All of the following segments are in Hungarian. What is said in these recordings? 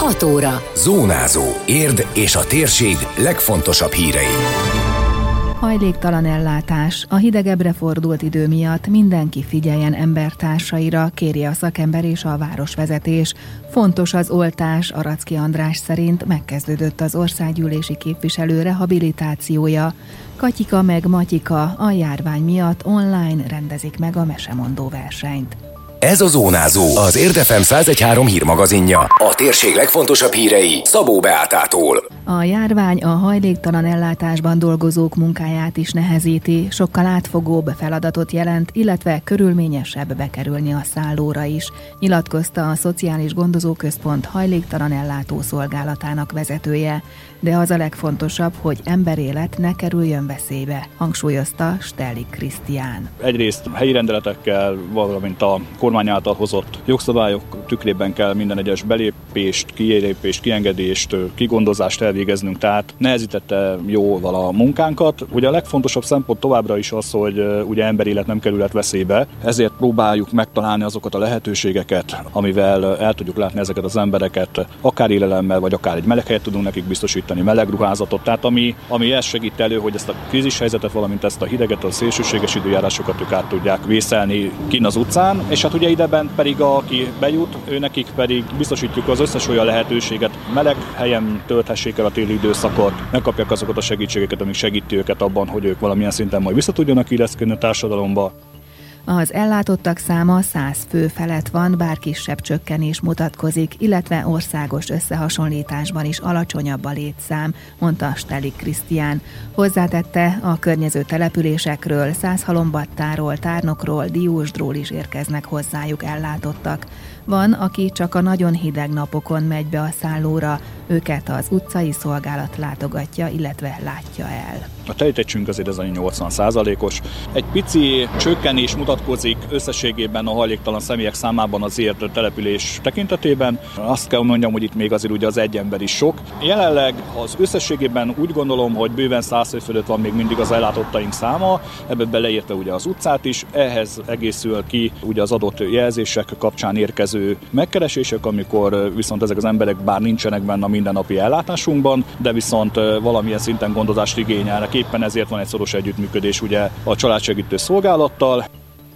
6 óra. Zónázó. Érd és a térség legfontosabb hírei. Hajléktalan ellátás. A hidegebbre fordult idő miatt mindenki figyeljen embertársaira, kéri a szakember és a városvezetés. Fontos az oltás, Aracki András szerint megkezdődött az országgyűlési képviselő rehabilitációja. Katyika meg Matyika a járvány miatt online rendezik meg a mesemondó versenyt. Ez a Zónázó, az Érd FM 101.3 hírmagazinja. A térség legfontosabb hírei Szabó Beátától. A járvány a hajléktalan ellátásban dolgozók munkáját is nehezíti, sokkal átfogóbb feladatot jelent, illetve körülményesebb bekerülni a szállóra is, nyilatkozta a Szociális Gondozóközpont hajléktalan ellátó szolgálatának vezetője. De az a legfontosabb, hogy emberélet ne kerüljön veszélybe, hangsúlyozta Stelli Krisztián. Egyrészt helyi rendeletekkel, valamint a kormány által hozott jogszabályok tükrében kell minden egyes belépést, kilépést, kiengedést, kigondozást elvégeznünk, tehát nehezítette jóval a munkánkat. Ugye a legfontosabb szempont továbbra is az, hogy ugye emberélet nem kerülhet veszélybe, ezért próbáljuk megtalálni azokat a lehetőségeket, amivel el tudjuk látni ezeket az embereket, akár élelemmel, vagy akár egy meleg helyet tudunk nekik biztosítani, meleg ruházatot, tehát ami ezt segít elő, hogy ezt a krízishelyzetet, valamint ezt a hideget, a szélsőséges időjárásokat ők át tudják vészelni kint az utcán, és hát ugye ideben pedig aki bejut, ő nekik pedig biztosítjuk az összes olyan lehetőséget, meleg helyen tölthessék el a téli időszakot, megkapják azokat a segítségeket, amik segíti őket abban, hogy ők valamilyen szinten majd vissza tudjanak illeszkedni a társadalomba. Az ellátottak száma 100 fő felett van, bár kisebb csökkenés mutatkozik, illetve országos összehasonlításban is alacsonyabb a létszám, mondta Stelli Krisztián. Hozzátette, a környező településekről, Százhalombattáról, Tárnokról, Diósdról is érkeznek hozzájuk ellátottak. Van, aki csak a nagyon hideg napokon megy be a szállóra, őket az utcai szolgálat látogatja, illetve látja el. A teljesítésünk azért ez a 80%-os. Egy pici csökkenés mutatkozik összességében a hajléktalan személyek számában azért település tekintetében. Azt kell mondjam, hogy itt még azért ugye az egy ember is sok. Jelenleg az összességében úgy gondolom, hogy bőven 100 fő fölött van még mindig az ellátottaink száma, ebbe beleértve ugye az utcát is, ehhez egészül ki ugye az adott jelzések kapcsán érkező megkeresések, amikor viszont ezek az emberek bár nincsenek benne a mindennapi ellátásunkban, de viszont valamilyen szinten gondozást igényelnek. Éppen ezért van egy szoros együttműködés ugye a családsegítő szolgálattal.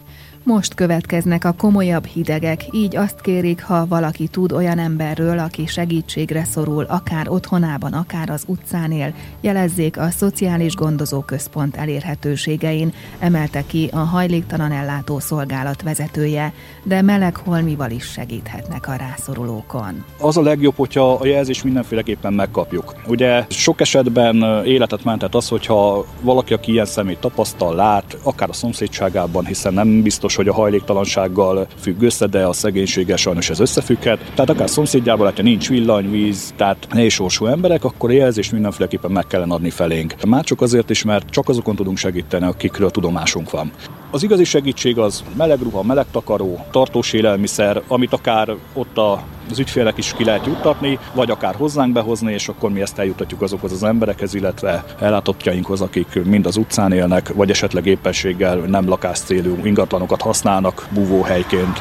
Most következnek a komolyabb hidegek, így azt kérik, ha valaki tud olyan emberről, aki segítségre szorul, akár otthonában, akár az utcán él, jelezzék a Szociális Gondozóközpont elérhetőségein, emelte ki a hajléktalan ellátó szolgálat vezetője, de meleg holmival is segíthetnek a rászorulókon. Az a legjobb, hogyha a jelzést mindenféleképpen megkapjuk. Ugye sok esetben életet menthet az, hogyha valaki, aki ilyen személyt tapasztal, lát, akár a szomszédságában, hiszen nem biztos, hogy a hajléktalansággal függ össze, de a szegénységgel sajnos ez összefügghet. Tehát akár szomszédjában látja, nincs villany, víz, tehát nehéz sorsú emberek, akkor a jelzést mindenféleképpen meg kellene adni felénk. Már csak azért is, mert csak azokon tudunk segíteni, akikről tudomásunk van. Az igazi segítség az meleg ruha, meleg takaró, tartós élelmiszer, amit akár ott az ügyfélnek is ki lehet juttatni, vagy akár hozzánk behozni, és akkor mi ezt eljutatjuk azokhoz az emberekhez, illetve ellátottjainkhoz, akik mind az utcán élnek, vagy esetleg éppenséggel nem lakáscélú ingatlanokat használnak búvóhelyként.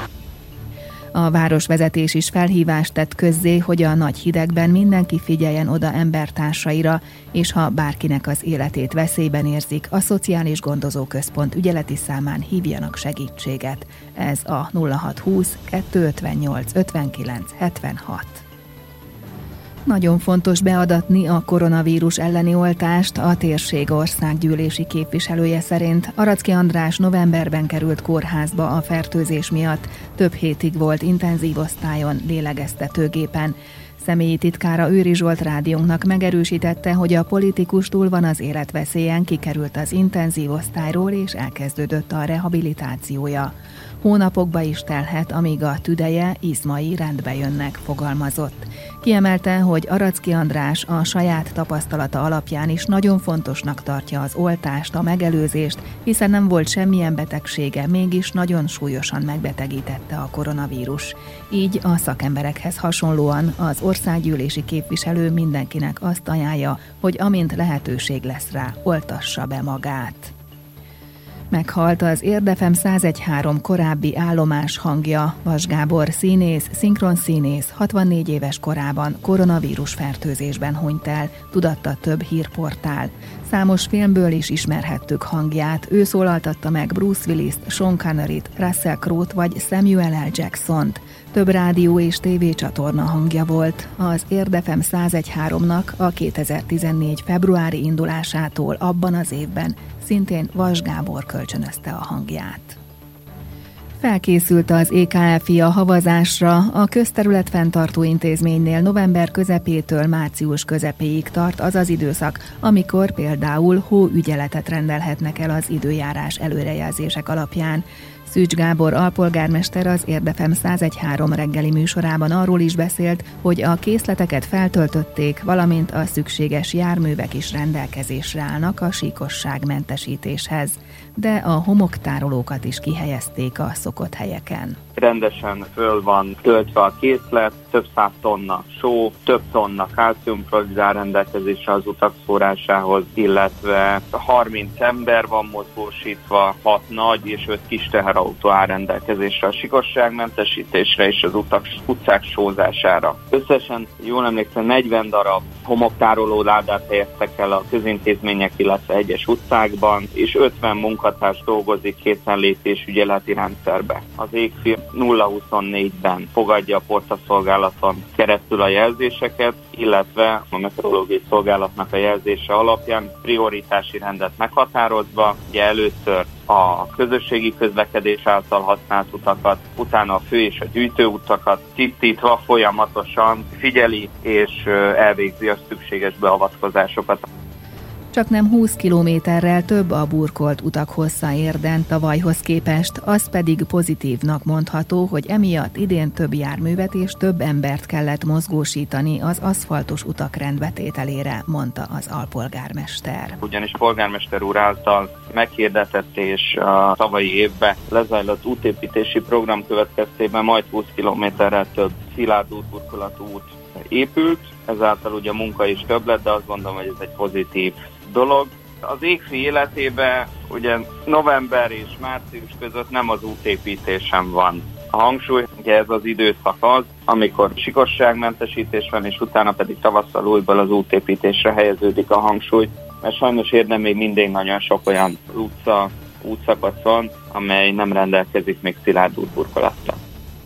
A városvezetés is felhívást tett közzé, hogy a nagy hidegben mindenki figyeljen oda embertársaira, és ha bárkinek az életét veszélyben érzik, a Szociális Gondozóközpont ügyeleti számán hívjanak segítséget. Ez a 0620 258 59 76. Nagyon fontos beadatni a koronavírus elleni oltást, a térség országgyűlési képviselője szerint. Aracki András novemberben került kórházba a fertőzés miatt, több hétig volt intenzív osztályon, lélegeztetőgépen. Személyi titkára Őri Zsolt rádiónknak megerősítette, hogy a politikus túl van az életveszélyen, kikerült az intenzív osztályról és elkezdődött a rehabilitációja. Hónapokba is telhet, amíg a tüdeje, izmai rendbe jönnek, fogalmazott. Kiemelte, hogy Aracki András a saját tapasztalata alapján is nagyon fontosnak tartja az oltást, a megelőzést, hiszen nem volt semmilyen betegsége, mégis nagyon súlyosan megbetegítette a koronavírus. Így a szakemberekhez hasonlóan az országgyűlési képviselő mindenkinek azt ajánlja, hogy amint lehetőség lesz rá, oltassa be magát. Meghalt az Érdefem 101.3 korábbi állomás hangja, Vas Gábor színész, szinkronszínész 64 éves korában koronavírus fertőzésben hunyt el, tudatta több hírportál. Számos filmből is ismerhettük hangját, ő szólaltatta meg Bruce Willist, Sean Conneryt, Russell Crowe-t vagy Samuel L. Jacksont. Több rádió és tévécsatorna hangja volt. Az Érdefem 101.3-nak a 2014. februári indulásától abban az évben szintén Vas Gábor kölcsönözte a hangját. Felkészült az EKFI a havazásra, a Közterületfenntartó Intézménynél november közepétől március közepéig tart az az időszak, amikor például hóügyeletet rendelhetnek el az időjárás előrejelzések alapján. Szűcs Gábor alpolgármester az Érdefem 101.3 reggeli műsorában arról is beszélt, hogy a készleteket feltöltötték, valamint a szükséges járművek is rendelkezésre állnak a síkosságmentesítéshez. De a homoktárolókat is kihelyezték a szokott helyeken. Rendesen föl van töltve a készlet, több 100 tonna só, több tonna kalciumklorid áll rendelkezésre az utak szórásához, illetve 30 ember van mozgósítva, 6 nagy és 5 kis teherautó áll rendelkezésre a síkosságmentesítésre és az utcák sózására. Összesen, jól emlékszem, 40 darab homoktároló ládát helyeztek el a közintézmények, illetve egyes utcákban, és 50 munkatárs dolgozik készenléti ügyeleti rendszerbe. Az égfi 0-24-ben fogadja a portaszolgálaton keresztül a jelzéseket, illetve a meteorológiai szolgálatnak a jelzése alapján prioritási rendet meghatározva, ugye először a közösségi közlekedés által használt utakat, utána a fő és a gyűjtőutakat tisztítva folyamatosan figyeli és elvégzi a szükséges beavatkozásokat. Csaknem 20 kilométerrel több a burkolt utak hossza Érden tavalyhoz képest, az pedig pozitívnak mondható, hogy emiatt idén több járművet és több embert kellett mozgósítani az aszfaltos utak rendbetételére, mondta az alpolgármester. Ugyanis polgármester úr által meghirdetett és a tavalyi évben lezajlott útépítési program következtében majd 20 kilométerrel több szilárd útburkolatú út épült, ezáltal ugye a munka is több lett, de azt gondolom, hogy ez egy pozitív dolog. Az égfi életében ugye november és március között nem az útépítésen van a hangsúly, ugye ez az időszak az, amikor síkosságmentesítés van, és utána pedig tavasszal újból az útépítésre helyeződik a hangsúly, mert sajnos Érden még mindig nagyon sok olyan útszakasz van, amely nem rendelkezik még szilárd útburkolattal.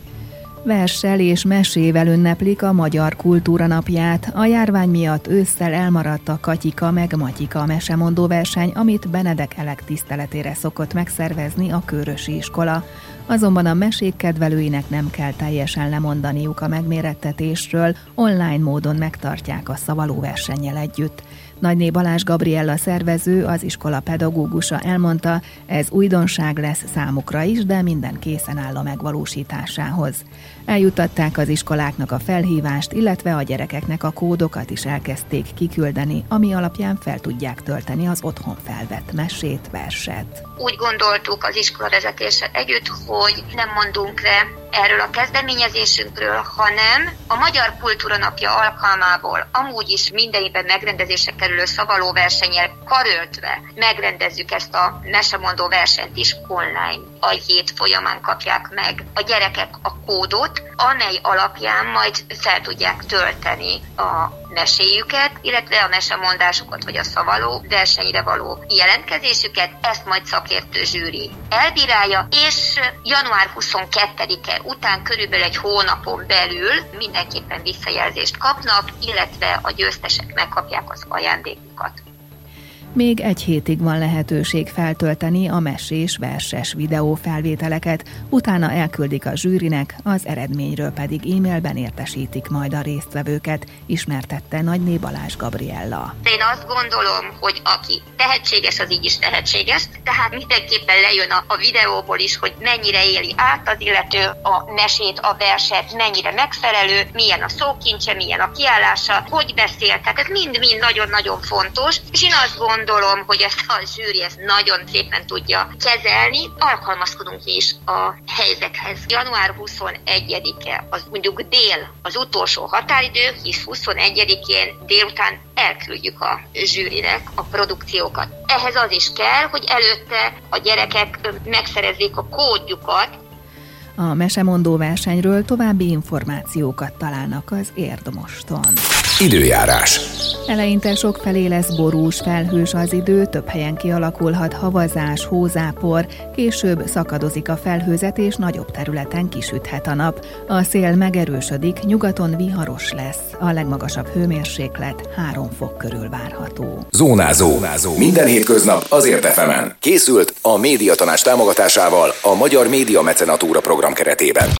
Verssel és mesével ünneplik a Magyar Kultúra Napját. A járvány miatt ősszel elmaradt a Katyika meg Matyika mesemondó verseny, amit Benedek Elek tiszteletére szokott megszervezni a Kőrösi Iskola. Azonban a mesék kedvelőinek nem kell teljesen lemondaniuk a megmérettetésről, online módon megtartják a szavalóversennyel együtt. Nagyné Balázs Gabriella szervező, az iskola pedagógusa elmondta, ez újdonság lesz számukra is, de minden készen áll a megvalósításához. Eljuttatták az iskoláknak a felhívást, illetve a gyerekeknek a kódokat is elkezdték kiküldeni, ami alapján fel tudják tölteni az otthon felvett mesét, verset. Úgy gondoltuk az iskolavezetéssel együtt, hogy nem mondunk le erről a kezdeményezésünkről, hanem a Magyar Kultúra Napja alkalmából amúgy is minden évben megrendezésre kerülő szavalóversennyel karöltve megrendezzük ezt a mesemondó versenyt is online. A hét folyamán kapják meg a gyerekek a kódot, amely alapján majd fel tudják tölteni a meséjüket, illetve a mesemondásukat vagy a szavaló versenyre való jelentkezésüket, ezt majd szakértő zsűri elbírálja, és január 22-e után körülbelül egy hónapon belül mindenképpen visszajelzést kapnak, illetve a győztesek megkapják az ajándékukat. Még egy hétig van lehetőség feltölteni a mesés verses videófelvételeket, utána elküldik a zsűrinek, az eredményről pedig e-mailben értesítik majd a résztvevőket, ismertette Nagyné Balázs Gabriella. Én azt gondolom, hogy aki tehetséges, az így is tehetséges, tehát mindenképpen lejön a videóból is, hogy mennyire éli át az illető a mesét, a verset, mennyire megfelelő, milyen a szókincse, milyen a kiállása, hogy beszél, tehát ez mind-mind nagyon-nagyon fontos, és én azt gondolom, gondolom, hogy ezt a zsűri ezt nagyon szépen tudja kezelni. Alkalmazkodunk mi is a helyzethez. Január 21-e az mondjuk az utolsó határidő, hisz 21-én délután elküldjük a zsűrinek a produkciókat. Ehhez az is kell, hogy előtte a gyerekek megszerezzék a kódjukat. A mesemondó versenyről további információkat találnak az Érdmoston. Időjárás. Eleinte sokfelé lesz borús, felhős az idő, több helyen kialakulhat havazás, hózápor, később szakadozik a felhőzet és nagyobb területen kisüthet a nap. A szél megerősödik, nyugaton viharos lesz, a legmagasabb hőmérséklet 3 fok körül várható. Zónázó. Minden hétköznap az Érd FM-en. Készült a Médiatanács támogatásával a Magyar Média Mecenatúra program keretében.